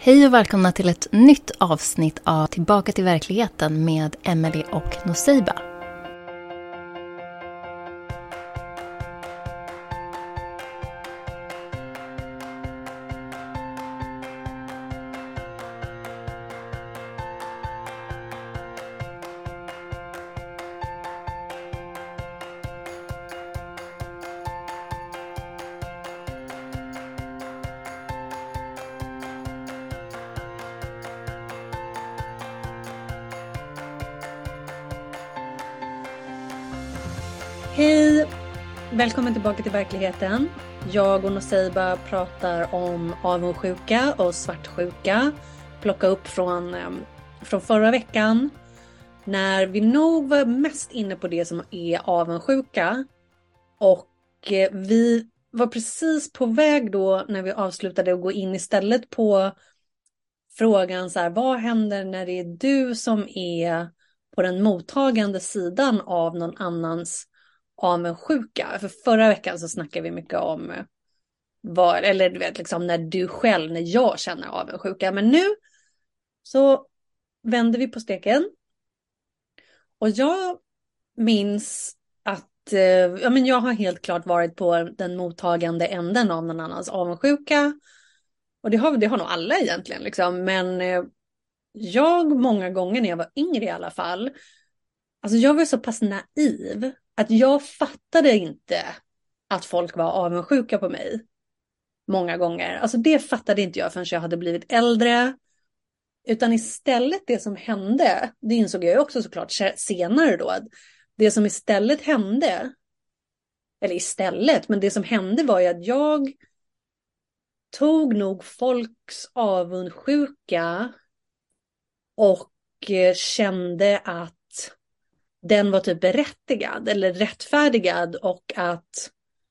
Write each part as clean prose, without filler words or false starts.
Hej och välkomna till ett nytt avsnitt av Tillbaka till verkligheten med Emelie och Noceiba. Hej! Välkommen tillbaka till verkligheten. Jag och Noceiba pratar om avundsjuka och svartsjuka. Plocka upp från förra veckan. När vi nog var mest inne på det som är avundsjuka. Och vi var precis på väg då när vi avslutade att gå in istället på frågan så här, vad händer när det är du som är på den mottagande sidan av någon annans avundsjuka. För förra veckan så snackade vi mycket om när jag känner avundsjuka. Men nu så vänder vi på steken. Och jag minns att jag har helt klart varit på den mottagande änden av någon annans avundsjuka. Och det har nog alla egentligen liksom. Men jag många gånger när jag var yngre i alla fall. Alltså jag var så pass naiv att jag fattade inte att folk var avundsjuka på mig. Många gånger. Alltså det fattade inte jag förrän jag hade blivit äldre. Utan istället det som hände, det insåg jag också såklart senare då. Det som istället hände, men det som hände var ju att jag tog nog folks avundsjuka och kände att den var typ berättigad eller rättfärdigad och att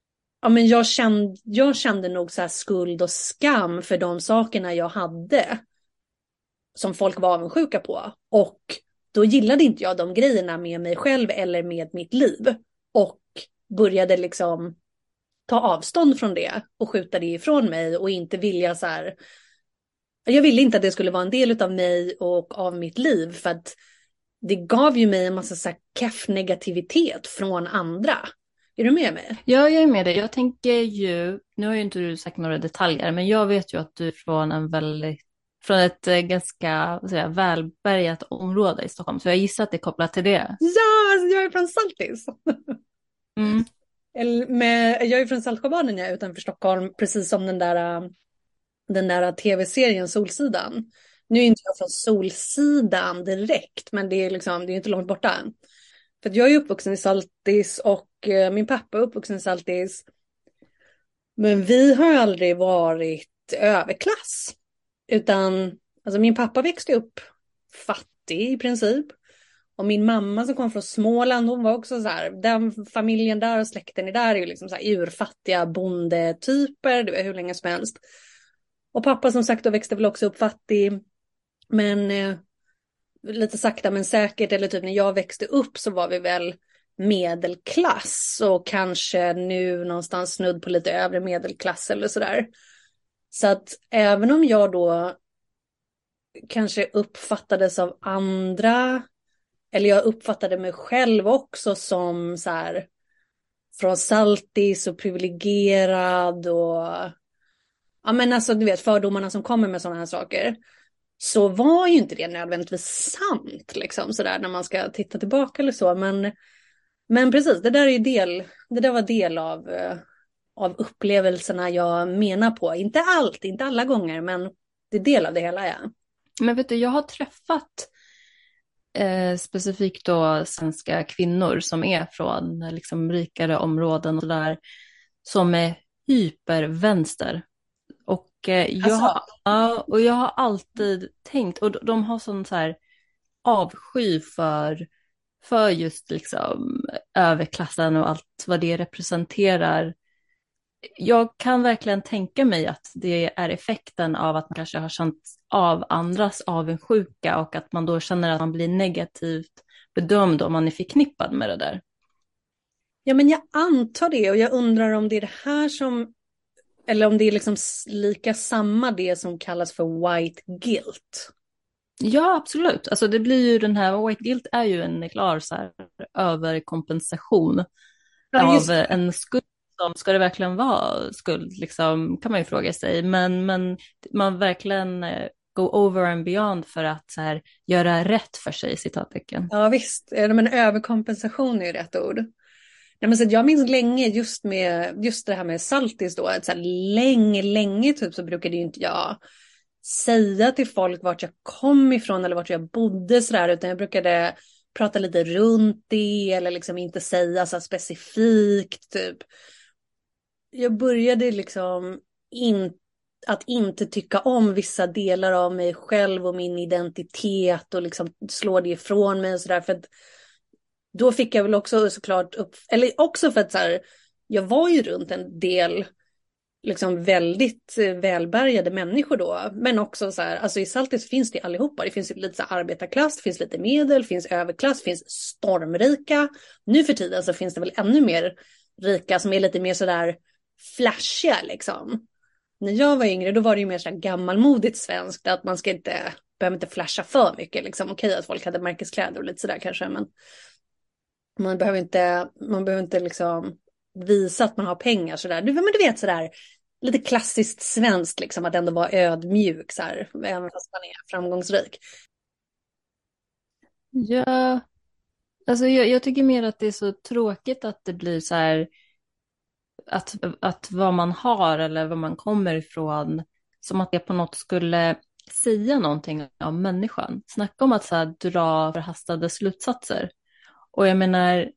jag kände nog så här skuld och skam för de sakerna jag hade som folk var avundsjuka på. Och då gillade inte jag de grejerna med mig själv eller med mitt liv. Och började liksom ta avstånd från det och skjuta det ifrån mig och inte vilja så här. Jag ville inte att det skulle vara en del av mig och av mitt liv för att det gav ju mig en massa så här negativitet från andra. Är du med mig? Ja, jag är med dig. Jag tänker ju, nu har ju inte du sagt några detaljer, men jag vet ju att du är från ett ganska välbärgat område i Stockholm. Så jag gissar att det är kopplat till det. Ja, alltså jag är från Saltis. Mm. Jag är från Saltsjöbaden utanför Stockholm, precis som den där tv-serien Solsidan. Nu är inte jag från Solsidan direkt, men det är inte långt borta. För att jag är uppvuxen i Saltis och min pappa är uppvuxen i Saltis. Men vi har aldrig varit överklass. Utan, alltså min pappa växte upp fattig i princip. Och min mamma som kom från Småland, hon var också så här, den familjen där och släkten där är ju liksom så här urfattiga bondetyper, det var hur länge som helst. Och pappa som sagt då växte väl också upp fattig. Men lite sakta men säkert, eller typ när jag växte upp så var vi väl medelklass och kanske nu någonstans snudd på lite övre medelklass eller sådär. Så att även om jag då kanske uppfattades av andra, eller jag uppfattade mig själv också som så här från Saltis och privilegierad och ja men alltså du vet fördomarna som kommer med sådana här saker. Så var ju inte det nödvändigtvis sant liksom sådär när man ska titta tillbaka eller så. Men precis, det där var del av upplevelserna jag menar på. Inte allt, inte alla gånger, men det är del av det hela, ja. Men vet du, jag har träffat specifikt då svenska kvinnor som är från liksom rikare områden och där som är hypervänster. Och jag har alltid tänkt, och de har sån så här avsky för just liksom överklassen och allt vad det representerar. Jag kan verkligen tänka mig att det är effekten av att man kanske har känt av andras avundsjuka och att man då känner att man blir negativt bedömd om man är förknippad med det där. Ja, men jag antar det och jag undrar om det är det här som Eller om det är liksom lika samma det som kallas för white guilt. Ja, absolut. Alltså det blir ju den här, white guilt är ju en klar så här, överkompensation Ja, av just det. en skuld. Ska det verkligen vara skuld, liksom, kan man ju fråga sig. Men man verkligen go over and beyond för att så här, göra rätt för sig, citattecken. Ja, visst. Men överkompensation är ju rätt ord. Nej, men så jag minns länge just det här med saltis då. Att så här, länge typ så brukade ju inte jag säga till folk vart jag kom ifrån eller vart jag bodde sådär. Utan jag brukade prata lite runt det eller liksom inte säga så här specifikt typ. Jag började liksom att inte tycka om vissa delar av mig själv och min identitet och liksom slå det ifrån mig och sådär. För att då fick jag väl också såklart upp, eller också för att så här, jag var ju runt en del liksom väldigt välbärgade människor då. Men också så här, alltså i Saltis finns det allihopa. Det finns lite så här arbetarklass, det finns lite medel, det finns överklass, det finns stormrika. Nu för tiden så finns det väl ännu mer rika som är lite mer sådär flashiga liksom. När jag var yngre då var det ju mer så här gammalmodigt svenskt att man ska inte, behöver inte flasha för mycket liksom. Okej att folk hade märkeskläder och lite sådär kanske, men man behöver inte liksom visa att man har pengar sådär. Men du vet sådär, lite klassiskt svenskt liksom, att ändå vara ödmjuk så här, även fast man är framgångsrik. Ja, alltså jag tycker mer att det är så tråkigt att det blir så här att vad man har eller vad man kommer ifrån, som att det på något skulle säga någonting om människan. Snacka om att så här, dra förhastade slutsatser. Och jag menar,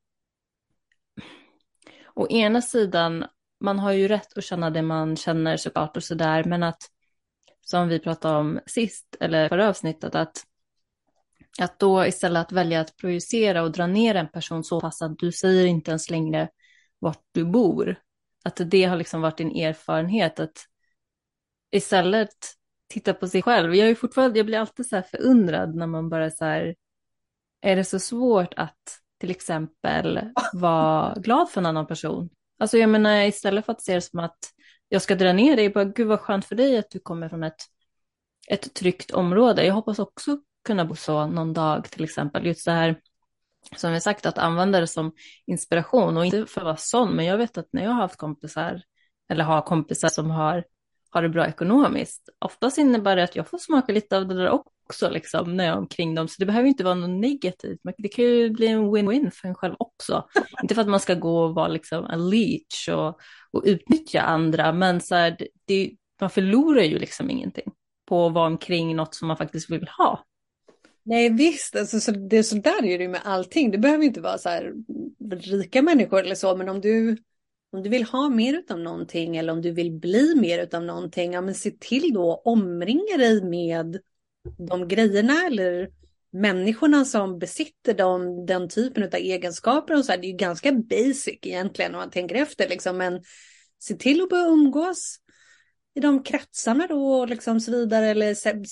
å ena sidan, man har ju rätt att känna det man känner såklart och sådär, men att, som vi pratade om sist, eller förra avsnittet, att då istället att välja att projicera och dra ner en person så pass att du säger inte ens längre vart du bor. Att det har liksom varit din erfarenhet, att istället titta på sig själv. Jag blir alltid så här förundrad när man bara så här, är det så svårt att till exempel vara glad för en annan person? Alltså jag menar, istället för att se det som att jag ska dra ner dig, bara gud vad skönt för dig att du kommer från ett tryggt område. Jag hoppas också kunna bo så någon dag till exempel. Just det här som vi sagt, att använda det som inspiration och inte för att vara sån, men jag vet att när jag har haft kompisar eller har kompisar som har det bra ekonomiskt, oftast innebär det att jag får smaka lite av det där också liksom, när jag är omkring dem, så det behöver inte vara något negativt, men det kan ju bli en win-win för en själv också. Inte för att man ska gå och vara liksom en leech och utnyttja andra, men så här, man förlorar ju liksom ingenting på att vara omkring något som man faktiskt vill ha. Nej visst, alltså, så där är det ju med allting. Det behöver inte vara så här rika människor eller så, men om du vill ha mer utav någonting eller om du vill bli mer utav någonting, ja men se till då att omringa dig med de grejerna eller människorna som besitter den typen av egenskaper och så här. Det är ju ganska basic egentligen om man tänker efter liksom, men se till att börja umgås i de kretsarna då och liksom så vidare, eller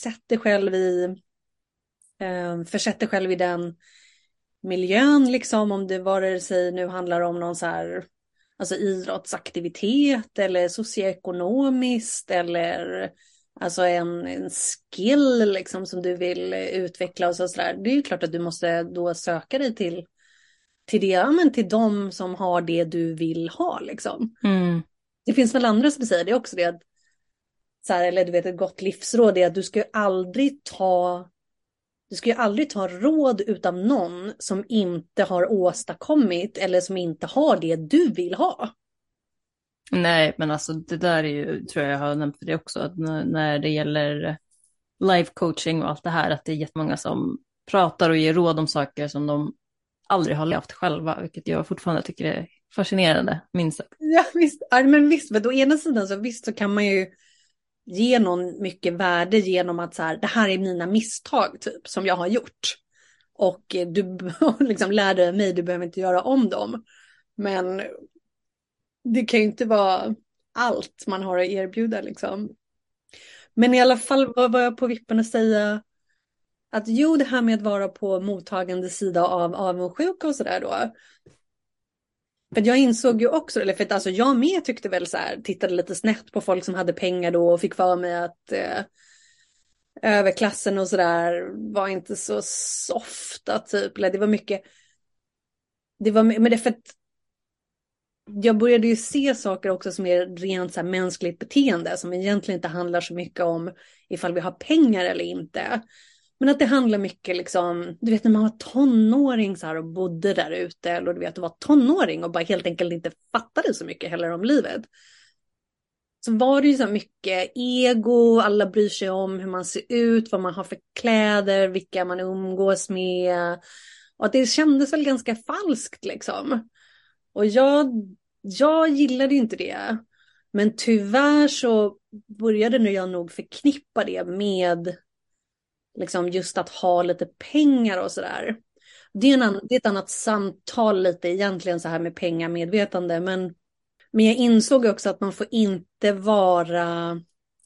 försätt dig själv i den miljön liksom, om det vare sig nu handlar om någon så här, alltså idrottsaktivitet eller socioekonomiskt eller alltså en skill liksom som du vill utveckla och så där. Det är ju klart att du måste då söka dig till det, ja, men till dem som har det du vill ha liksom. Mm. Det finns väl andra som säger det också, det att så här, eller du vet, ett gott livsråd är att du ska ju aldrig ta råd utav någon som inte har åstadkommit eller som inte har det du vill ha. Nej, men alltså det där är ju, tror jag har nämnt för det också, att när det gäller life coaching och allt det här, att det är jättemånga som pratar och ger råd om saker som de aldrig har levt själva, vilket jag fortfarande tycker är fascinerande, minst sagt. Ja, visst. Ja, men visst, men å ena sidan så visst så kan man ju ge någon mycket värde genom att så här, det här är mina misstag typ som jag har gjort. Och du liksom lär dig mig, du behöver inte göra om dem. Men det kan ju inte vara allt man har att erbjuda liksom. Men i alla fall var jag på vippen att säga att jo, det här med att vara på mottagande sida av avundsjuka och sådär då. För jag insåg ju också, eller för att alltså jag med tyckte väl så här, tittade lite snett på folk som hade pengar då och fick för mig att överklassen och sådär var inte så softa typ. Eller det var mycket, men det är för att jag började ju se saker också som är rent så här mänskligt beteende som egentligen inte handlar så mycket om ifall vi har pengar eller inte. Men att det handlar mycket liksom, du vet när man var tonåring så här och bodde där ute eller du vet att vara tonåring och bara helt enkelt inte fattade så mycket heller om livet. Så var det ju så mycket ego, alla bryr sig om hur man ser ut, vad man har för kläder, vilka man umgås med. Och det kändes väl ganska falskt liksom. Och jag gillade inte det. Men tyvärr så började nu jag nog förknippa det med liksom just att ha lite pengar och sådär. Det är ett annat samtal lite egentligen så här med pengamedvetande. Men jag insåg också att man får inte vara...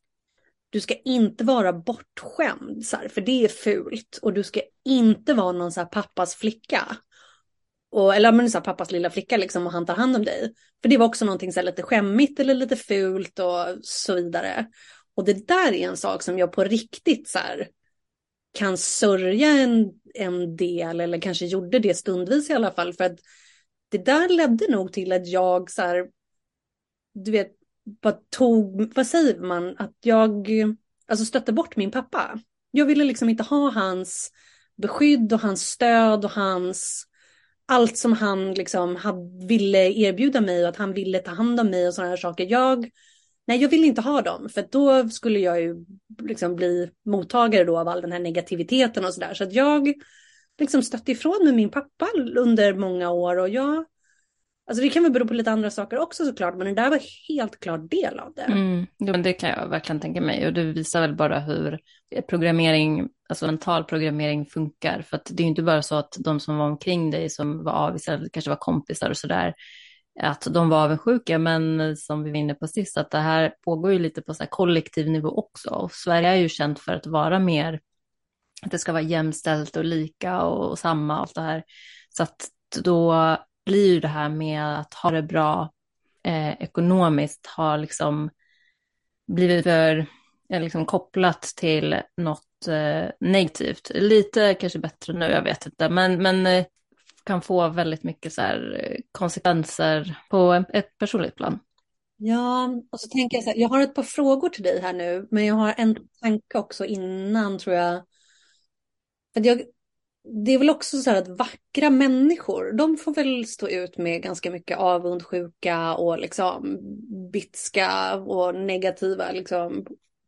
Du ska inte vara bortskämd, så här, för det är fult. Och du ska inte vara någon så här pappas flicka. Eller men så här, pappas lilla flicka liksom, och han tar hand om dig. För det var också någonting så här, lite skämmigt eller lite fult och så vidare. Och det där är en sak som jag på riktigt så här, kan sörja en del. Eller kanske gjorde det stundvis i alla fall. För att det där ledde nog till att jag så här, du vet, bara tog, vad säger man, att jag alltså stötte bort min pappa. Jag ville liksom inte ha hans beskydd och hans stöd och hans allt som han liksom ville erbjuda mig och att han ville ta hand om mig och sådana här saker. Jag ville inte ha dem för då skulle jag ju liksom bli mottagare då av all den här negativiteten och sådär. Så att jag liksom stötte ifrån med min pappa under många år och alltså det kan väl bero på lite andra saker också såklart, men det där var helt klart del av det. Ja, men det kan jag verkligen tänka mig och det visar väl bara hur programmering, alltså mental programmering funkar. För att det är ju inte bara så att de som var omkring dig som var avvisade, kanske var kompisar och sådär, att de var avundsjuka, men som vi var inne på sist, att det här pågår ju lite på så här kollektiv nivå också. Och Sverige är ju känt för att vara mer, att det ska vara jämställt och lika och samma och allt det här. Så att då blir ju det här med att ha det bra ekonomiskt har liksom blivit för liksom kopplat till något negativt. Lite kanske bättre nu, jag vet inte, men kan få väldigt mycket så här konsekvenser på ett personligt plan. Ja, och så tänker jag så här, jag har ett par frågor till dig här nu, men jag har en tanke också innan tror jag. För att det är väl också så här att vackra människor, de får väl stå ut med ganska mycket avundsjuka och liksom bitska och negativa liksom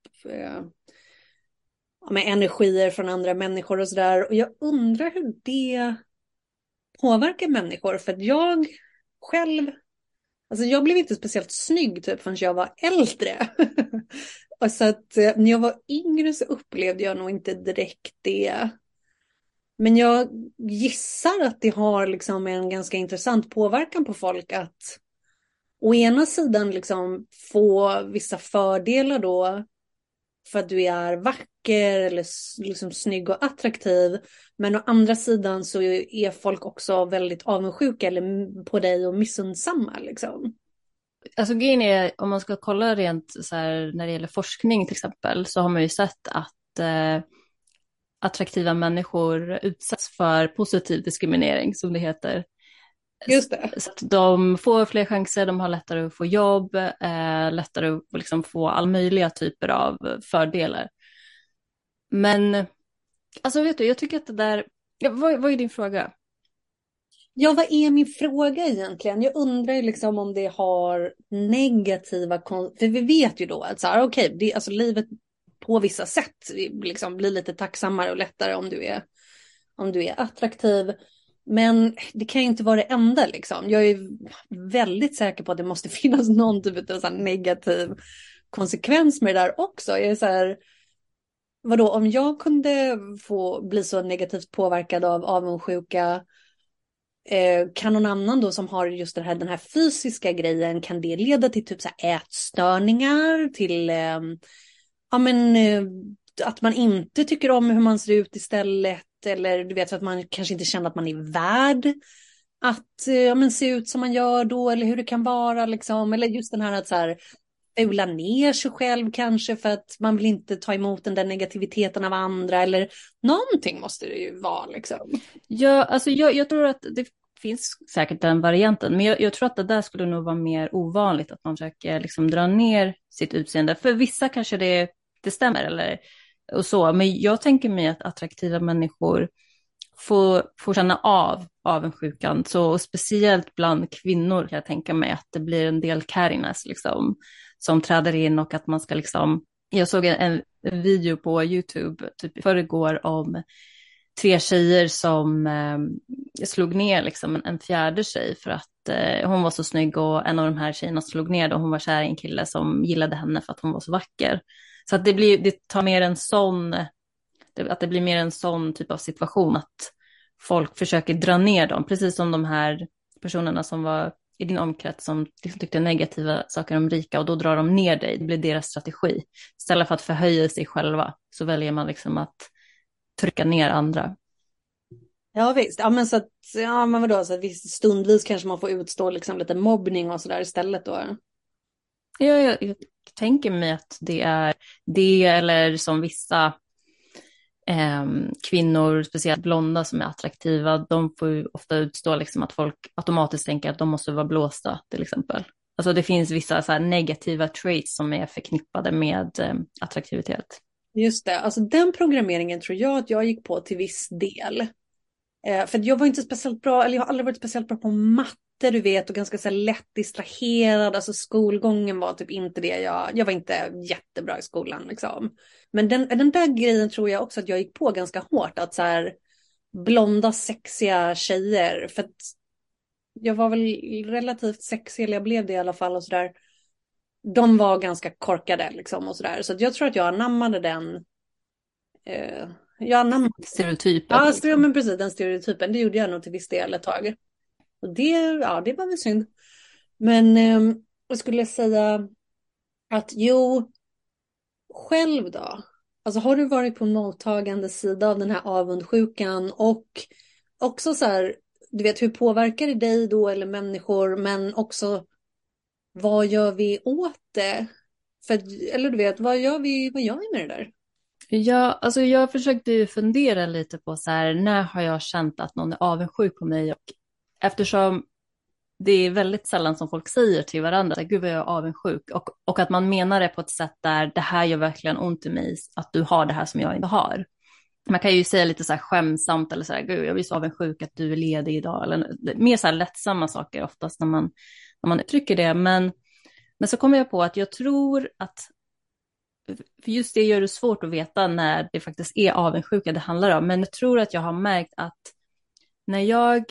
med energier från andra människor och sådär. Och jag undrar hur det påverkar människor, för att jag själv, alltså jag blev inte speciellt snygg typ förrän jag var äldre. Och så att när jag var yngre så upplevde jag nog inte direkt det. Men jag gissar att det har liksom en ganska intressant påverkan på folk att å ena sidan liksom få vissa fördelar då för att du är vacker eller liksom snygg och attraktiv. Men å andra sidan så är folk också väldigt avundsjuka eller på dig och missundsamma liksom. Alltså grejen är, om man ska kolla rent så här, när det gäller forskning till exempel, så har man ju sett att attraktiva människor utsätts för positiv diskriminering, som det heter. Just det. Så att de får fler chanser, de har lättare att få jobb, lättare att liksom få all möjliga typer av fördelar. Men, alltså vet du, jag tycker att det där, ja, vad är din fråga? Ja, vad är min fråga egentligen? Jag undrar ju liksom om det har negativa för vi vet ju då att så här, okej, alltså livet på vissa sätt liksom blir lite tacksammare och lättare om du är attraktiv. Men det kan ju inte vara det enda liksom. Jag är väldigt säker på att det måste finnas någon typ av så här negativ konsekvens med det där också. Jag är så här, vadå, om jag kunde bli så negativt påverkad av avundsjuka, kan någon annan då som har just den här fysiska grejen, kan det leda till typ så här ätstörningar, till att man inte tycker om hur man ser ut istället, eller du vet, så att man kanske inte känner att man är värd att ja, men se ut som man gör då, eller hur det kan vara liksom, eller just den här att så här fula ner sig själv kanske för att man vill inte ta emot den där negativiteten av andra, eller någonting måste det ju vara liksom. Ja, alltså jag tror att det finns säkert den varianten, men jag tror att det där skulle nog vara mer ovanligt, att man försöker liksom dra ner sitt utseende. För vissa kanske det stämmer, eller och så, men jag tänker mig att attraktiva människor får känna av avundsjukan, så och speciellt bland kvinnor kan jag tänka mig att det blir en del cattiness liksom, som träder in, och att man ska liksom, jag såg en video på YouTube typ i förrgår om 3 tjejer som slog ner liksom en fjärde tjej för att hon var så snygg, och en av de här tjejerna slog ner då hon var kär i en kille som gillade henne för att hon var så vacker. Så att det tar mer en sån, att det blir mer en sån typ av situation, att folk försöker dra ner dem, precis som de här personerna som var i din omkrets som liksom tyckte negativa saker om rika, och då drar de ner dig, det blir deras strategi. Istället för att förhöja sig själva så väljer man liksom att trycka ner andra. Ja visst, ja men så att, ja men vadå, så att visst, stundvis kanske man får utstå liksom lite mobbning och sådär istället då. Jag tänker mig att det är det, eller som vissa kvinnor, speciellt blonda som är attraktiva, de får ju ofta utstå liksom att folk automatiskt tänker att de måste vara blåsta till exempel. Alltså det finns vissa så här negativa traits som är förknippade med attraktivitet. Just det, alltså den programmeringen tror jag att jag gick på till viss del. För jag var inte speciellt bra, eller jag har aldrig varit speciellt bra på matte, du vet, och ganska så här lätt distraherad. Alltså skolgången var typ inte det. Jag var inte jättebra i skolan liksom. Men den där grejen tror jag också att jag gick på ganska hårt. Att så här blonda, sexiga tjejer. För att jag var väl relativt sexig, eller jag blev det i alla fall och sådär. De var ganska korkade liksom och sådär. Så att jag tror att jag anammade den. Jag anammade Stereotypen. ja, Liksom. men precis, den stereotypen. Det gjorde jag nog till viss del ett tag. Och det var väl synd. Men jag skulle säga att jo, själv då? Alltså har du varit på mottagande sida av den här avundsjukan, och också så här, du vet, hur påverkar det dig då eller människor, men också vad gör vi åt det? För, eller du vet, vad gör vi med det där? Ja, alltså jag försökte ju fundera lite på så här, när har jag känt att någon är avundsjuk på mig? Och eftersom det är väldigt sällan som folk säger till varandra, så här, gud vad jag är avundsjuk, och att man menar det på ett sätt där det här gör verkligen ont i mig, att du har det här som jag inte har. Man kan ju säga lite så här skämsamt, eller så här, gud jag blir så avundsjuk att du är ledig idag, eller mer så här lättsamma saker oftast när man uttrycker det. Men så kommer jag på att jag tror att, för just det gör det svårt att veta när det faktiskt är avundsjuka det handlar om, men jag tror att jag har märkt att när jag,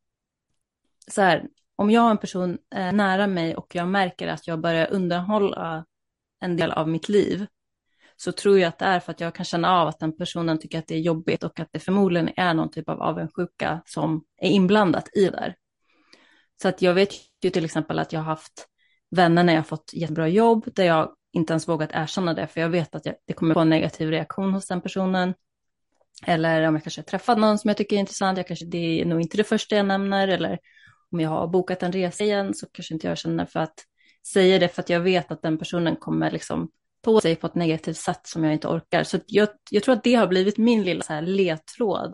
så här, om jag har en person nära mig och jag märker att jag börjar undanhålla en del av mitt liv, så tror jag att det är för att jag kan känna av att den personen tycker att det är jobbigt, och att det förmodligen är någon typ av avundsjuka som är inblandat i det där. Så att jag vet ju till exempel att jag har haft vänner när jag har fått jättebra jobb där jag inte ens vågat erkänna det, för jag vet att det kommer få en negativ reaktion hos den personen. Eller om jag kanske har träffat någon som jag tycker är intressant, det är nog inte det första jag nämner, eller om jag har bokat en resa igen så kanske inte jag känner för att säga det, för att jag vet att den personen kommer liksom på sig på ett negativt sätt som jag inte orkar. Så jag tror att det har blivit min lilla så här ledtråd.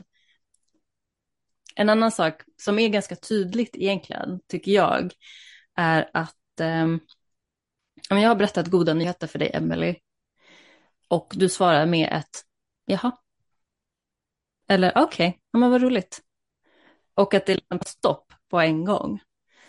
En annan sak som är ganska tydligt egentligen, tycker jag, är att jag har berättat goda nyheter för dig, Emily, och du svarar med ett jaha. Eller okej, okay, men vad roligt. Och att det är liksom stopp på en gång.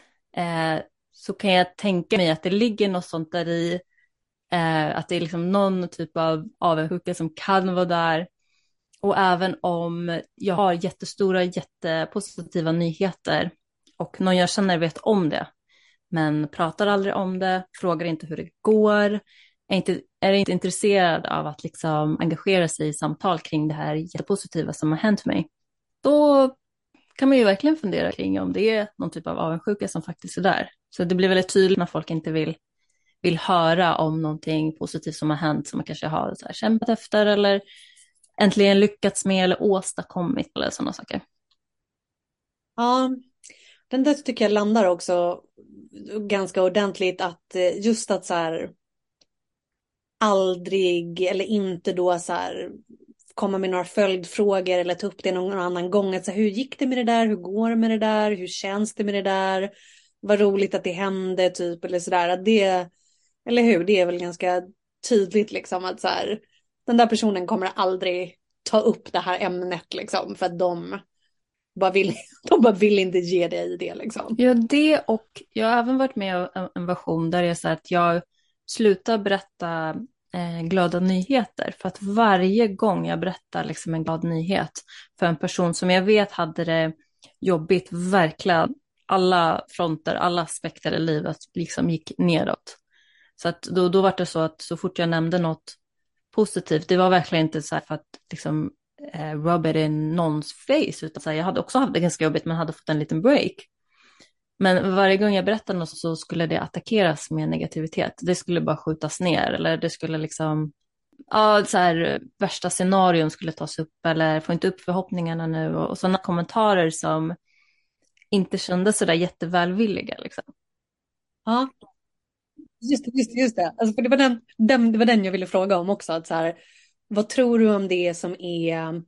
Så kan jag tänka mig att det ligger något sånt där i, att det är liksom någon typ av avundsjuka som kan vara där. Och även om jag har jättestora, jättepositiva nyheter och någon jag känner vet om det, men pratar aldrig om det, frågar inte hur det går, är inte intresserad av att liksom engagera sig i samtal kring det här jättepositiva som har hänt mig, då kan man ju verkligen fundera kring om det är någon typ av avundsjuka som faktiskt är där. Så det blir väldigt tydligt när folk inte vill höra om någonting positivt som har hänt, som man kanske har så här kämpat efter eller äntligen lyckats med eller åstadkommit eller sådana saker. Ja, Den där tycker jag landar också ganska ordentligt, att just att så här aldrig eller inte då så här komma med några följdfrågor eller ta upp det någon annan gång. Att så här, hur gick det med det där? Hur går det med det där? Hur känns det med det där? Vad roligt att det hände typ eller sådär. Att det, eller hur? Det är väl ganska tydligt liksom att så här, den där personen kommer aldrig ta upp det här ämnet liksom för att bara vill, de bara vill inte ge dig det liksom. Ja, det, och jag har även varit med om en version där det är så här att jag slutar berätta glada nyheter. För att varje gång jag berättar liksom en glad nyhet för en person som jag vet hade det jobbigt, verkligen alla fronter, alla aspekter i livet liksom gick neråt. Så att då var det så att så fort jag nämnde något positivt, det var verkligen inte så här för att liksom rub it in någons face, utan så här, jag hade också haft det ganska jobbigt men hade fått en liten break. Men varje gång jag berättade något så skulle det attackeras med negativitet. Det skulle bara skjutas ner eller det skulle liksom, ja, så här, värsta scenarion skulle tas upp eller få inte upp förhoppningarna nu och sådana kommentarer som inte kändes sådär jättevälvilliga liksom. Ja, just det. Alltså, för det var det var den jag ville fråga om också. Att så här, vad tror du om det som är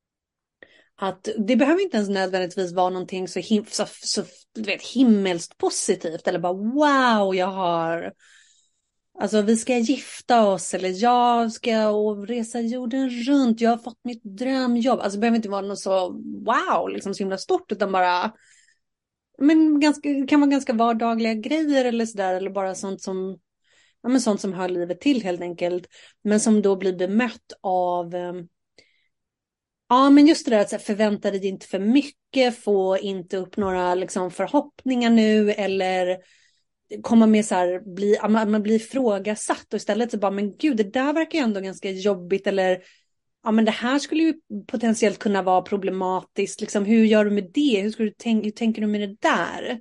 att det behöver inte ens nödvändigtvis vara någonting så du vet, himmelskt positivt eller bara wow, jag har, alltså vi ska gifta oss eller jag ska resa jorden runt, jag har fått mitt drömjobb. Alltså det behöver inte vara något så wow, liksom så himla stort, utan bara, men ganska, det kan vara ganska vardagliga grejer eller sådär, eller bara sånt som, ja, men sånt som hör livet till helt enkelt, men som då blir bemött av ja, men just det där att så här, förvänta dig inte för mycket, få inte upp några liksom, förhoppningar nu eller komma med så här, man blir ifrågasatt och istället så bara, men gud, det där verkar ju ändå ganska jobbigt eller ja, men det här skulle ju potentiellt kunna vara problematiskt, liksom, hur gör du med det? Hur tänker du med det där?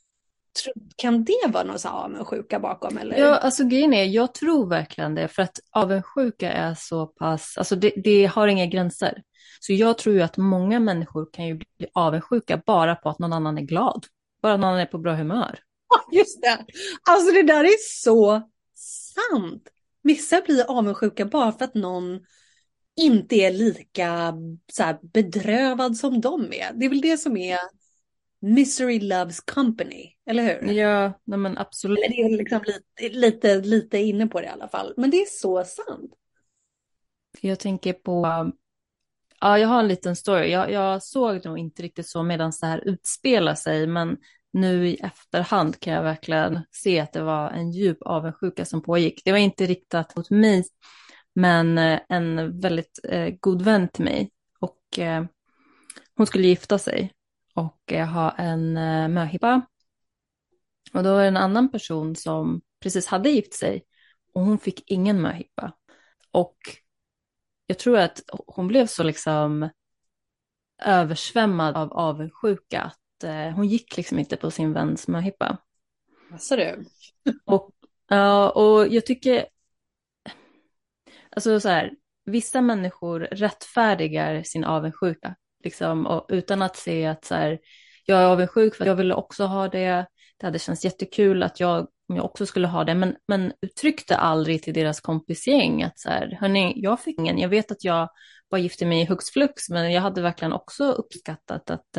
Kan det vara någon så här avundsjuka bakom eller? Ja, alltså grejen är, jag tror verkligen det, för att avundsjuka är så pass, alltså det har inga gränser. Så jag tror ju att många människor kan ju bli avundsjuka bara på att någon annan är glad. Bara att någon annan är på bra humör. Just det. Alltså det där är så sant. Vissa blir avundsjuka bara för att någon inte är lika så här, bedrövad som de är. Det är väl det som är misery loves company, eller hur? Ja, nej men absolut. Eller det är liksom lite inne på det i alla fall. Men det är så sant. Jag tänker på, ja, jag har en liten story. Jag såg nog inte riktigt så medan det här utspelar sig, men nu i efterhand kan jag verkligen se att det var en djup avundsjuka som pågick. Det var inte riktat mot mig, men en väldigt god vän till mig. Och hon skulle gifta sig och ha en möhippa. Och då var det en annan person som precis hade gift sig och hon fick ingen möhippa. Och jag tror att hon blev så liksom översvämmad av avundsjuka att hon gick liksom inte på sin väns möhippa. Vad sa du? Och, ja, och jag tycker, alltså så här, vissa människor rättfärdigar sin avundsjuka, liksom, och utan att se att så här, jag är avundsjuk för att jag ville också ha det, det hade känts jättekul att om jag också skulle ha det, men uttryckte aldrig till deras kompisgäng att så här, hörni, jag fick ingen, jag vet att jag bara gifte mig i hux flux, men jag hade verkligen också uppskattat att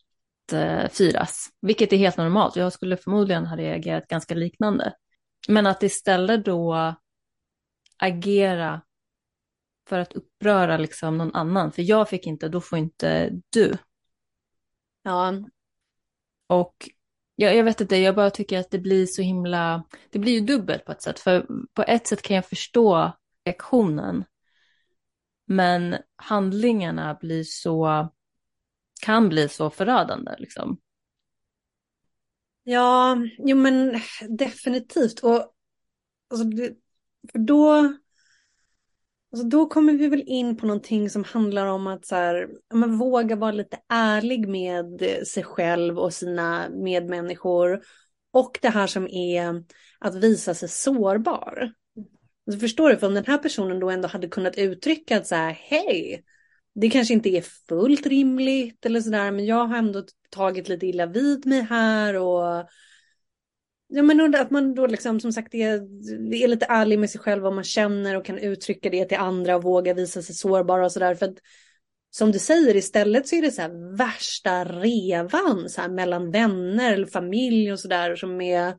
firas, vilket är helt normalt. Jag skulle förmodligen ha reagerat ganska liknande. Men att istället då agera för att uppröra liksom någon annan. För jag fick inte, då får inte du. Ja, Och jag vet inte, jag bara tycker att det blir så himla, det blir ju dubbelt på ett sätt. För på ett sätt kan jag förstå reaktionen. Men handlingarna kan bli så förödande liksom. ja, jo men definitivt. Och alltså, för då, alltså, då kommer vi väl in på någonting som handlar om att så här, ja, men våga vara lite ärlig med sig själv och sina medmänniskor. Och det här som är att visa sig sårbar. Alltså, förstår du? För om den här personen då ändå hade kunnat uttrycka att så här, hej, det kanske inte är fullt rimligt eller sådär, men jag har ändå tagit lite illa vid mig här och ja, men att man då liksom som sagt är lite ärlig med sig själv vad man känner och kan uttrycka det till andra och våga visa sig sårbara och sådär. För att som du säger, istället så är det så här värsta revan så här, mellan vänner eller familj och sådär som är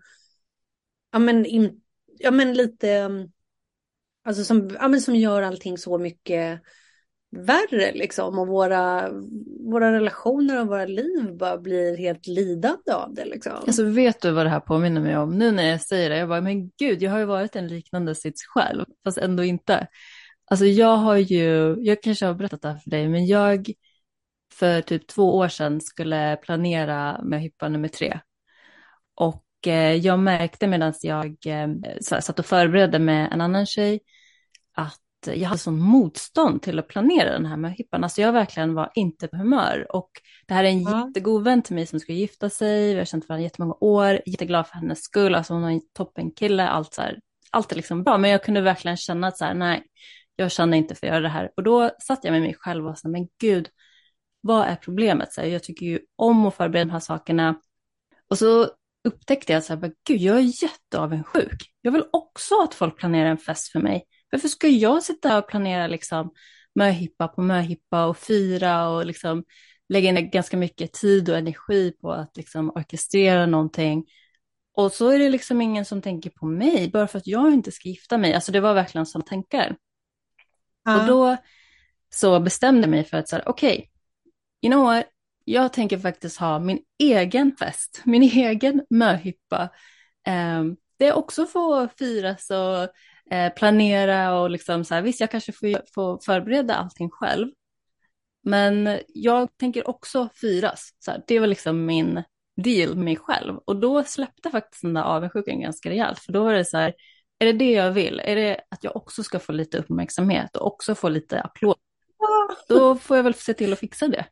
ja men lite alltså som gör allting så mycket värre liksom och våra relationer och våra liv bara blir helt lidande av det liksom. Alltså vet du vad det här påminner mig om? Nu när jag säger det, jag bara, men gud, jag har ju varit en liknande sits själv, fast ändå inte. Alltså jag kanske har berättat det här för dig, men jag för typ 2 år sedan skulle planera med hippa nummer 3. Och jag märkte medan jag satt och förberedde med en annan tjej att jag hade sån motstånd till att planera den här med hippan. Alltså jag verkligen var inte på humör. Och det här är en jättegod vän till mig som ska gifta sig. Vi har känt varandra jättemånga år. Jätteglad för hennes skull. Alltså hon har en toppenkille. Allt är liksom bra. Men jag kunde verkligen känna att så här, nej, jag känner inte för att göra det här. Och då satt jag med mig själv och sa, men gud, vad är problemet? Så här, jag tycker ju om att förbereda de här sakerna. Och så upptäckte jag så här, gud, jag är jätteavundsjuk. Jag vill också att folk planerar en fest för mig. Varför ska jag sitta och planera liksom möhippa på möhippa och fira och liksom lägga ner ganska mycket tid och energi på att liksom orkestrera någonting. Och så är det liksom ingen som tänker på mig bara för att jag inte ska gifta mig. Alltså det var verkligen sådana tankar. Och då så bestämde jag mig för att säga, okej, you know what? Jag tänker faktiskt ha min egen fest, min egen möhippa. Det är också få firas och planera och liksom så här, visst jag kanske får förbereda allting själv. Men jag tänker också firas. Så här, det var liksom min deal med mig själv. Och då släppte faktiskt den där avundsjukan ganska rejält. För då var det så här, är det jag vill? Är det att jag också ska få lite uppmärksamhet och också få lite applåd? Då får jag väl se till att fixa det.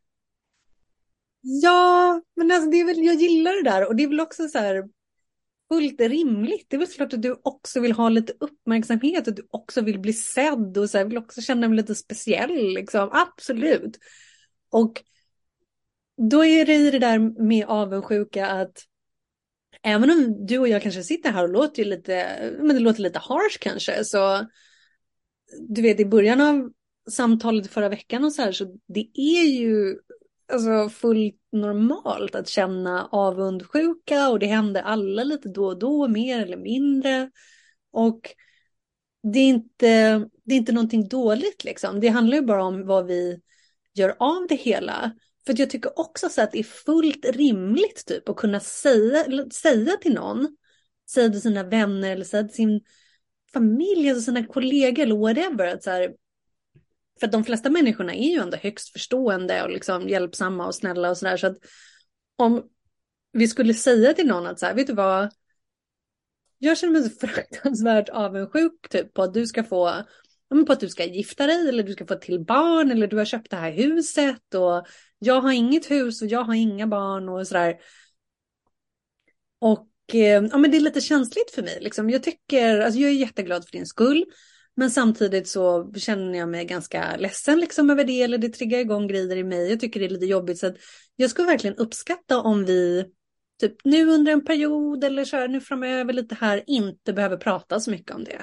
Ja, men alltså det är väl, jag gillar det där och det är väl också så här fullt rimligt. Det är väl klart att du också vill ha lite uppmärksamhet och du också vill bli sedd och så här, vill också känna mig lite speciell liksom. Absolut. Och då är det i det där med avundsjuka att även om du och jag kanske sitter här och låter lite, men det låter lite harsh kanske, så du vet i början av samtalet förra veckan och så här, så det är ju alltså fullt normalt att känna avundsjuka och det händer alla lite då och då, mer eller mindre. Och det är inte någonting dåligt liksom. Det handlar ju bara om vad vi gör av det hela. För att jag tycker också så att det är fullt rimligt typ att kunna säga till någon, säga till sina vänner eller säga till sin familj, alltså sina kollegor eller whatever. Att så här, för att de flesta människorna är ju ändå högst förstående och liksom hjälpsamma och snälla och sådär. Så att om vi skulle säga till någon att så här, vet du vad? Jag känner mig så fruktansvärt avundsjuk typ på att du ska få, på att du ska gifta dig eller du ska få ett till barn eller du har köpt det här huset och jag har inget hus och jag har inga barn och sådär. Och ja, men det är lite känsligt för mig liksom. Jag är jätteglad för din skull. Men samtidigt så känner jag mig ganska ledsen liksom över det eller det triggar igång grejer i mig. Jag tycker det är lite jobbigt så att jag skulle verkligen uppskatta om vi typ nu under en period eller så här nu framöver lite här inte behöver prata så mycket om det.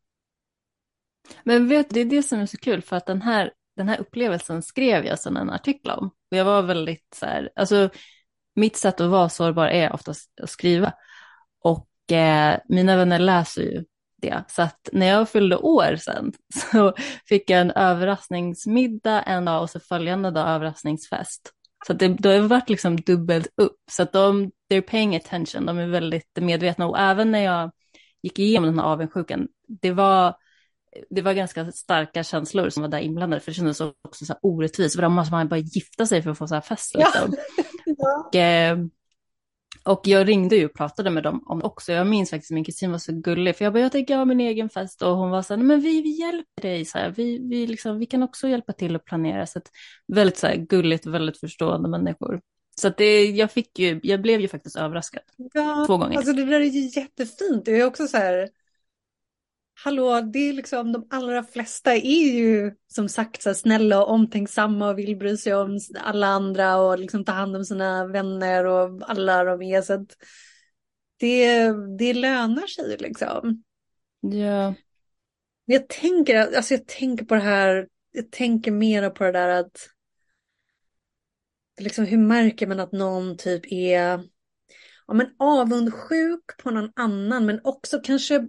Men vet du, det är det som är så kul för att den här upplevelsen skrev jag sedan en artikel om. Och jag var väldigt så här, alltså mitt sätt att vara sårbar är oftast att skriva. Och mina vänner läser ju det. Så att när jag fyllde år sen så fick jag en överraskningsmiddag en dag och så följande dag överraskningsfest. Så att det har varit liksom dubbelt upp. Så att they're paying attention, de är väldigt medvetna. Och även när jag gick igenom den här avundsjukan, det var ganska starka känslor som var där inblandade. För det kändes också så här orättvist. För då måste man bara gifta sig för att få så här fest. Liksom. Ja. Och jag ringde ju och pratade med dem om det också. Jag minns faktiskt att min kusin var så gullig. För jag tänker ha min egen fest. Och hon var så här, men vi hjälper dig. Så här. Vi kan också hjälpa till att planera. Så att, väldigt så här, gulligt, väldigt förstående människor. Så att jag blev ju faktiskt överraskad. 2 gånger. Alltså det där är ju jättefint. Det är också så här, hallå, det är liksom de allra flesta är ju som sagt så här snälla och omtänksamma och vill bry sig om alla andra och liksom ta hand om sina vänner och alla de är. Så att det lönar sig liksom. Ja, Men jag tänker på det här, jag tänker mera på det där att liksom hur märker man att någon typ är ja, men avundsjuk på någon annan men också kanske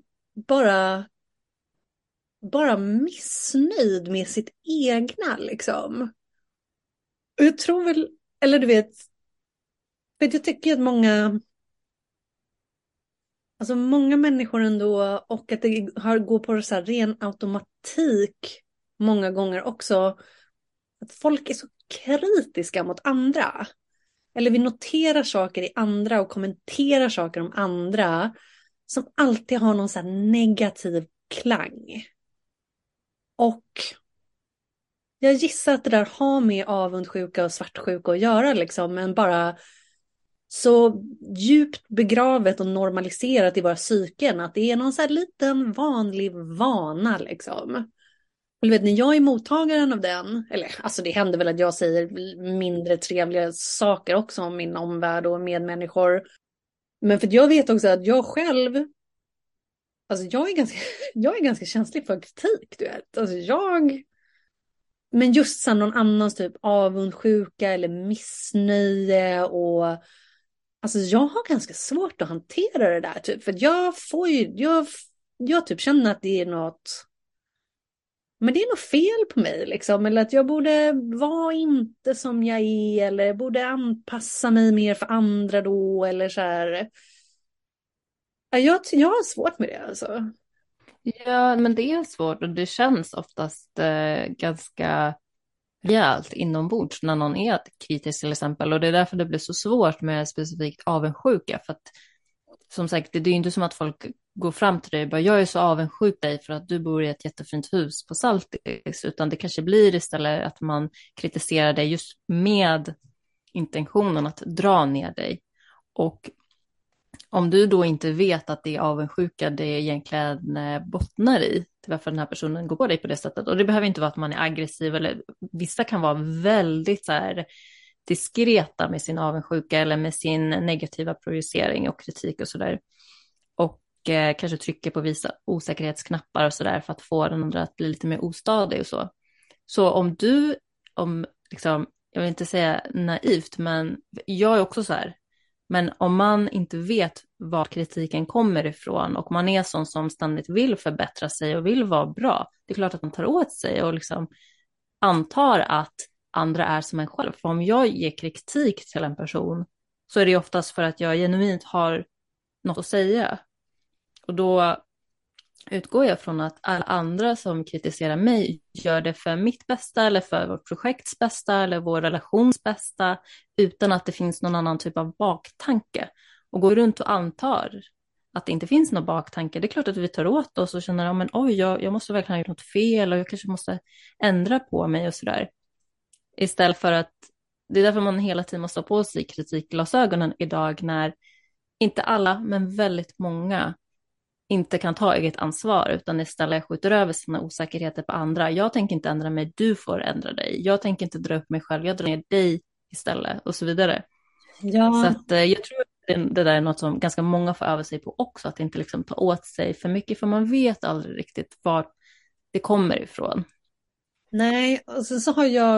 bara missnöjd med sitt egna liksom. Och jag tror väl, eller du vet, för jag tycker att många människor ändå och att det går på så här ren automatik många gånger också. Att folk är så kritiska mot andra. Eller vi noterar saker i andra och kommenterar saker om andra som alltid har någon så här negativ klang. Och jag gissar att det där har med avundsjuka och svartsjuka att göra liksom, men bara så djupt begravet och normaliserat i våra psyken att det är någon så här liten vanlig vana liksom. Och du vet, när jag är mottagaren av den, eller alltså det händer väl att jag säger mindre trevliga saker också om min omvärld och medmänniskor. Men för att jag vet också att jag själv, alltså jag är ganska känslig för kritik, du vet. Men just så någon annans typ avundsjuka eller missnöje och alltså jag har ganska svårt att hantera det där typ. För att jag typ känner att det är något, men det är något fel på mig liksom. Eller att jag borde vara inte som jag är. Eller borde anpassa mig mer för andra då. Eller så här. Ja, jag har svårt med det alltså. ja, men det är svårt och det känns oftast ganska rejält inombords när någon är kritisk till exempel. Och det är därför det blir så svårt med specifikt avundsjuka. För att som sagt, det är ju inte som att folk går fram till dig och bara, jag är så avundsjuk dig för att du bor i ett jättefint hus på Saltis. Utan det kanske blir istället att man kritiserar dig just med intentionen att dra ner dig. Och om du då inte vet att det är avundsjuka det egentligen bottnar i, till varför den här personen går på dig på det sättet. Och det behöver inte vara att man är aggressiv, eller vissa kan vara väldigt så här diskreta med sin avundsjuka eller med sin negativa projicering och kritik och sådär. Och kanske trycker på vissa osäkerhetsknappar och sådär för att få den andra att bli lite mer ostadig och så. Så om liksom, jag vill inte säga naivt, men jag är också så här. Men om man inte vet var kritiken kommer ifrån och man är sån som ständigt vill förbättra sig och vill vara bra, det är klart att man tar åt sig och liksom antar att andra är som en själv. För om jag ger kritik till en person så är det oftast för att jag genuint har något att säga. Och då utgår jag från att alla andra som kritiserar mig gör det för mitt bästa eller för vårt projekts bästa eller vår relations bästa utan att det finns någon annan typ av baktanke. Och går runt och antar att det inte finns någon baktanke, det är klart att vi tar åt oss och känner, ja, men oj, jag måste verkligen ha gjort något fel och jag kanske måste ändra på mig och sådär. Istället för att, det är därför man hela tiden måste ha på sig kritikglasögonen idag när inte alla, men väldigt många inte kan ta eget ansvar utan istället skjuter över sina osäkerheter på andra. Jag tänker inte ändra mig, du får ändra dig. Jag tänker inte dra upp mig själv, jag drar ner dig istället och så vidare. Så Ja, att jag tror att det där är något som ganska många får öva sig på också, att inte liksom ta åt sig för mycket, för man vet aldrig riktigt var det kommer ifrån. nej, och sen så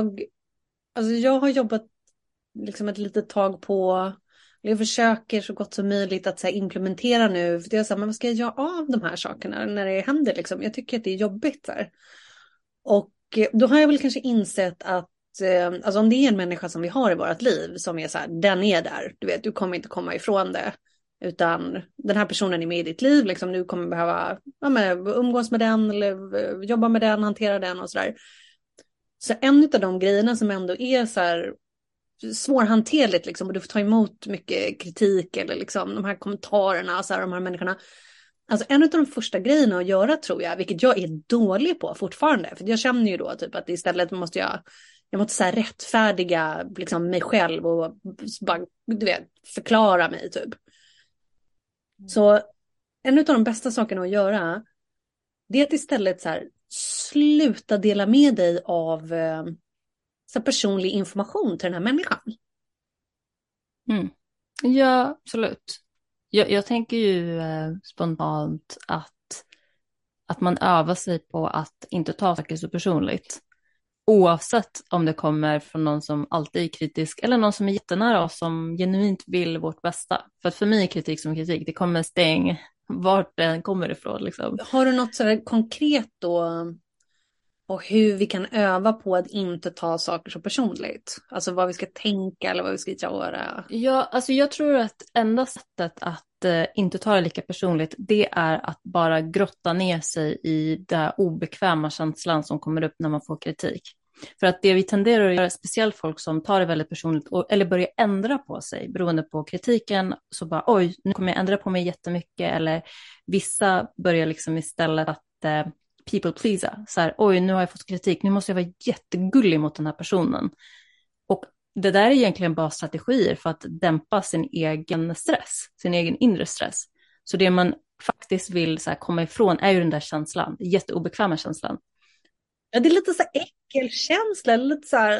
alltså jag har jobbat liksom ett litet tag på, jag försöker så gott som möjligt att så här, implementera nu, för det är så här, men vad ska jag göra av de här sakerna när det händer liksom? Jag tycker att det är jobbigt där. Och då har jag väl kanske insett att alltså om det är en människa som vi har i vårt liv som är så här, den är där, du vet, du kommer inte komma ifrån det. Utan den här personen är med i ditt liv, liksom, du kommer behöva umgås med den eller jobba med den, hantera den och sådär. Så en av de grejerna som ändå är så här svårhanterligt liksom, och du får ta emot mycket kritik eller liksom de här kommentarerna, så här, de här människorna. Alltså en av de första grejerna att göra tror jag, vilket jag är dålig på fortfarande, för jag känner ju då typ att istället måste jag måste så här rättfärdiga liksom mig själv och bara, du vet, förklara mig typ. Så en av de bästa sakerna att göra det är att istället så här, sluta dela med dig av så här, personlig information till den här människan. Mm. Ja, absolut. Jag tänker ju spontant att man övar sig på att inte ta saker så personligt. Oavsett om det kommer från någon som alltid är kritisk eller någon som är jättenära oss som genuint vill vårt bästa. För att för mig är kritik som kritik, det kommer stäng vart den kommer ifrån liksom. Har du något sådär konkret då och hur vi kan öva på att inte ta saker så personligt? Alltså vad vi ska tänka eller vad vi ska göra. Ja, alltså jag tror att enda sättet att inte ta det lika personligt, det är att bara grotta ner sig i den obekväma känslan som kommer upp när man får kritik. För att det vi tenderar att göra, speciellt folk som tar det väldigt personligt eller börjar ändra på sig beroende på kritiken, så bara oj, nu kommer jag ändra på mig jättemycket, eller vissa börjar liksom istället att people pleasa, så här, oj, nu har jag fått kritik, nu måste jag vara jättegullig mot den här personen. Och det där är egentligen bara strategier för att dämpa sin egen stress, sin egen inre stress. Så det man faktiskt vill så här, komma ifrån är ju den där känslan, jätteobekväma känslan. Ja, det är lite så här äckelkänsla, lite så här,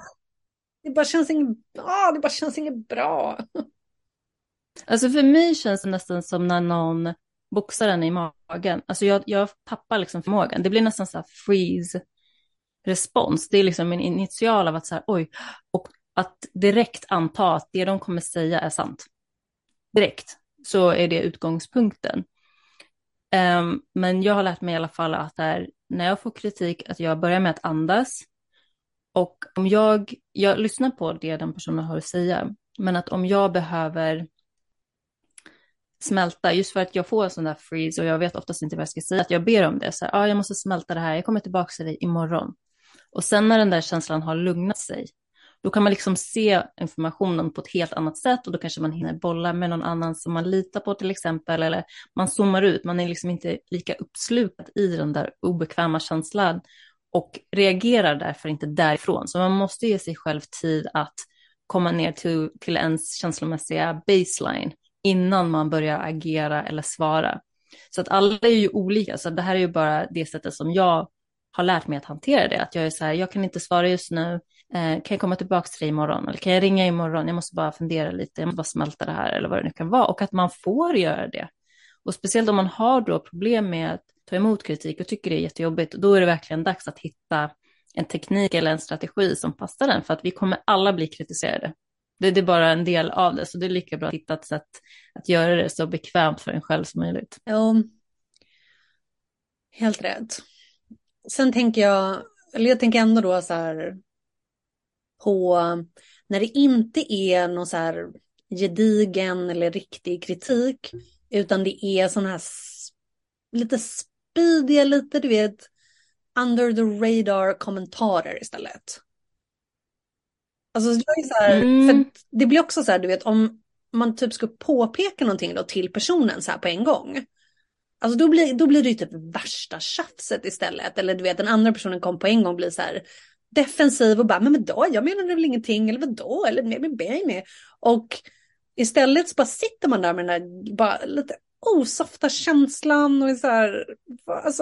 det bara känns inget bra. Alltså för mig känns det nästan som när någon boxar en i magen. Alltså jag tappar liksom förmågan. Det blir nästan så här freeze respons. Det är liksom en initial av att så här, oj, och att direkt anta att det de kommer säga är sant. Direkt så är det utgångspunkten. Men jag har lärt mig i alla fall att där, när jag får kritik, att jag börjar med att andas. Och om jag lyssnar på det den personen har att säga, men att om jag behöver smälta, just för att jag får en sån där freeze och jag vet oftast inte vad jag ska säga, att jag ber om det, så här, jag måste smälta det här, jag kommer tillbaka till dig imorgon. Och sen när den där känslan har lugnat sig, då kan man liksom se informationen på ett helt annat sätt och då kanske man hinner bolla med någon annan som man litar på till exempel, eller man zoomar ut, man är liksom inte lika uppslukad i den där obekväma känslan och reagerar därför inte därifrån. Så man måste ge sig själv tid att komma ner till ens känslomässiga baseline innan man börjar agera eller svara. Så att alla är ju olika, så det här är ju bara det sättet som jag har lärt mig att hantera det. Att jag är så här, jag kan inte svara just nu, kan jag komma tillbaka till dig imorgon? Eller kan jag ringa imorgon? Jag måste bara fundera lite, jag måste bara smälta det här eller vad det nu kan vara. Och att man får göra det. Och speciellt om man har då problem med att ta emot kritik och tycker det är jättejobbigt, då är det verkligen dags att hitta en teknik eller en strategi som passar den, för att vi kommer alla bli kritiserade. Det är bara en del av det, så det är lika bra att hitta ett sätt att göra det så bekvämt för en själv som möjligt. Ja, helt rätt. Sen tänker jag tänker ändå då så här på när det inte är någon så här gedigen eller riktig kritik, utan det är sån här lite speediga, lite du vet, under the radar kommentarer istället. Alltså det är så här, för det blir också så här, du vet, om man typ ska påpeka någonting då till personen så här på en gång. Alltså då blir det ju typ värsta tjafset istället. Eller du vet, den andra personen kom på en gång och blir så här defensiv och bara, men då, jag menar väl ingenting, eller vadå, eller med. Och istället så bara sitter man där med den där bara lite osofta känslan och är så här, alltså,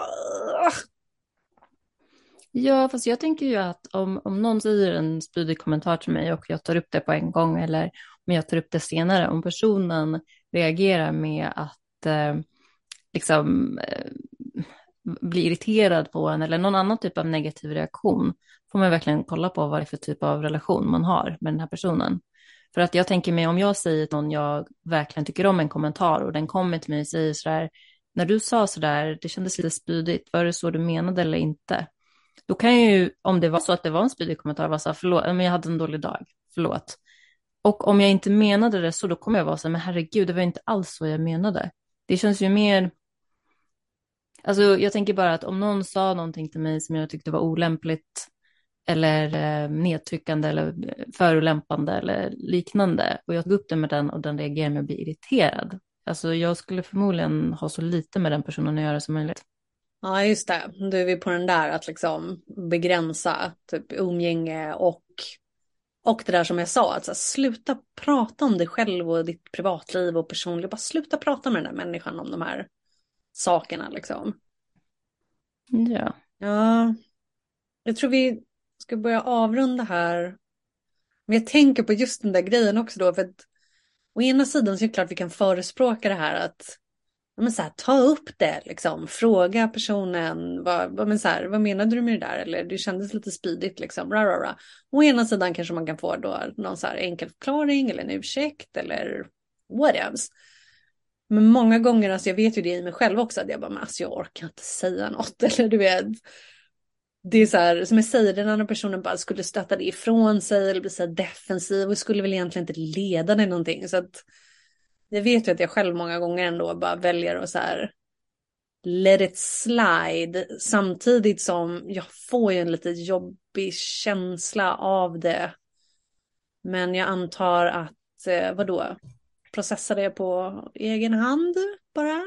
Ja, fast jag tänker ju att om någon säger en spydig kommentar till mig och jag tar upp det på en gång, eller om jag tar upp det senare, om personen reagerar med att liksom bli irriterad på en eller någon annan typ av negativ reaktion, får man verkligen kolla på vad det är för typ av relation man har med den här personen. För att jag tänker mig, om jag säger till någon jag verkligen tycker om en kommentar och den kommer till mig och säger så där, när du sa så där, det kändes lite spydigt, var det så du menade eller inte? Då kan jag ju, om det var så att det var en spydig kommentar, vara så här, förlåt, men jag hade en dålig dag, förlåt. Och om jag inte menade det så, då kommer jag vara så här, men herregud, det var inte alls så jag menade. Det känns ju mer, alltså jag tänker bara att om någon sa någonting till mig som jag tyckte var olämpligt eller nedtryckande eller förolämpande eller liknande, och jag tog upp det med den och den reagerade med att bli irriterad. Alltså jag skulle förmodligen ha så lite med den personen att göra som möjligt. ja just det, då är vi på den där att liksom begränsa typ umgänge och det där som jag sa, att så här, sluta prata om dig själv och ditt privatliv och personliv, bara sluta prata med den där människan om de här sakerna liksom. Ja. Ja, jag tror vi ska börja avrunda här. Men jag tänker på just den där grejen också då. För att å ena sidan så är det klart vi kan förespråka det här att ja, men så här, ta upp det liksom. Fråga personen. Men så här, vad menade du med det där? Eller det kändes lite spydigt liksom. Ra, ra, ra. Å ena sidan kanske man kan få då någon så här enkel förklaring eller en ursäkt eller whatever. Men många gånger, alltså jag vet ju det i mig själv också, att jag bara, men alltså jag orkar inte säga något. Eller du vet, det är så här, som jag säger, den andra personen bara skulle stötta det ifrån sig eller bli så här defensiv och skulle väl egentligen inte leda det någonting. Så att jag vet ju att jag själv många gånger ändå bara väljer att så här let it slide. Samtidigt som jag får ju en lite jobbig känsla av det. Men jag antar att, vadå? Processa det på egen hand bara?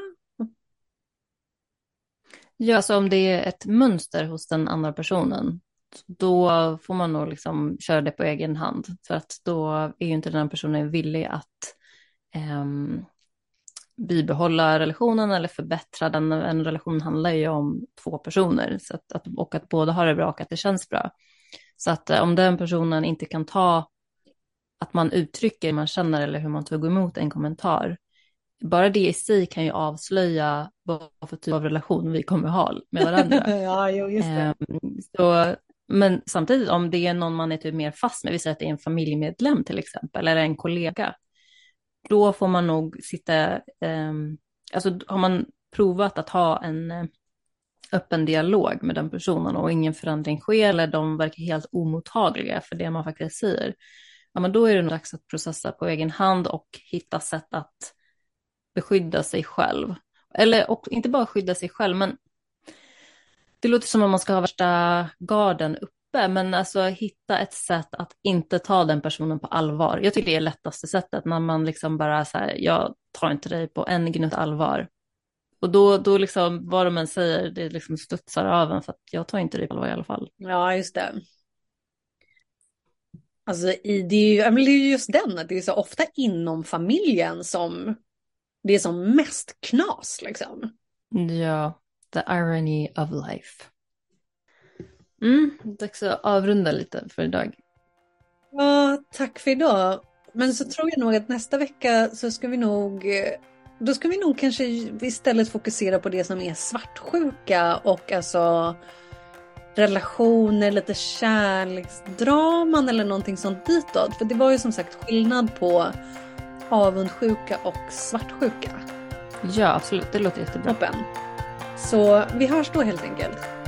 Ja, alltså om det är ett mönster hos den andra personen, då får man nog liksom köra det på egen hand. För att då är ju inte den personen villig att ehm, bibehålla relationen eller förbättra den. En relation handlar ju om två personer så och att båda har det bra och att det känns bra. Så att om den personen inte kan ta att man uttrycker hur man känner eller hur man tog emot en kommentar, bara det i sig kan ju avslöja vad för typ av relation vi kommer ha med varandra. Ja, jo, just det. Så, men samtidigt om det är någon man är typ mer fast med, vi säger att det är en familjemedlem till exempel, eller en kollega, då får man nog sitta, alltså har man provat att ha en öppen dialog med den personen och ingen förändring sker eller de verkar helt omottagliga för det man faktiskt säger, ja men då är det nog dags att processa på egen hand och hitta sätt att beskydda sig själv. Eller och inte bara skydda sig själv, men det låter som om man ska ha värsta garden uppe, men alltså hitta ett sätt att inte ta den personen på allvar. Jag tycker det är lättaste sättet när man liksom bara så här, jag tar inte dig på en gnutta allvar. Och då liksom, vad de än säger, det liksom studsar av en för att jag tar inte dig på allvar i alla fall. Ja, just det. Alltså det är ju, ja, men det är ju just den, att det är så ofta inom familjen som det är som mest knas liksom. Ja, the irony of life. Dags att avrunda lite för idag. Ja, tack för idag. Men så tror jag nog att nästa vecka så ska vi nog, då ska vi nog kanske istället fokusera på det som är svartsjuka och alltså relationer, lite kärleksdraman eller någonting sånt ditåt. För det var ju som sagt skillnad på avundsjuka och svartsjuka. Ja, absolut. Det låter jättebra. Toppen. Så vi hörs då helt enkelt.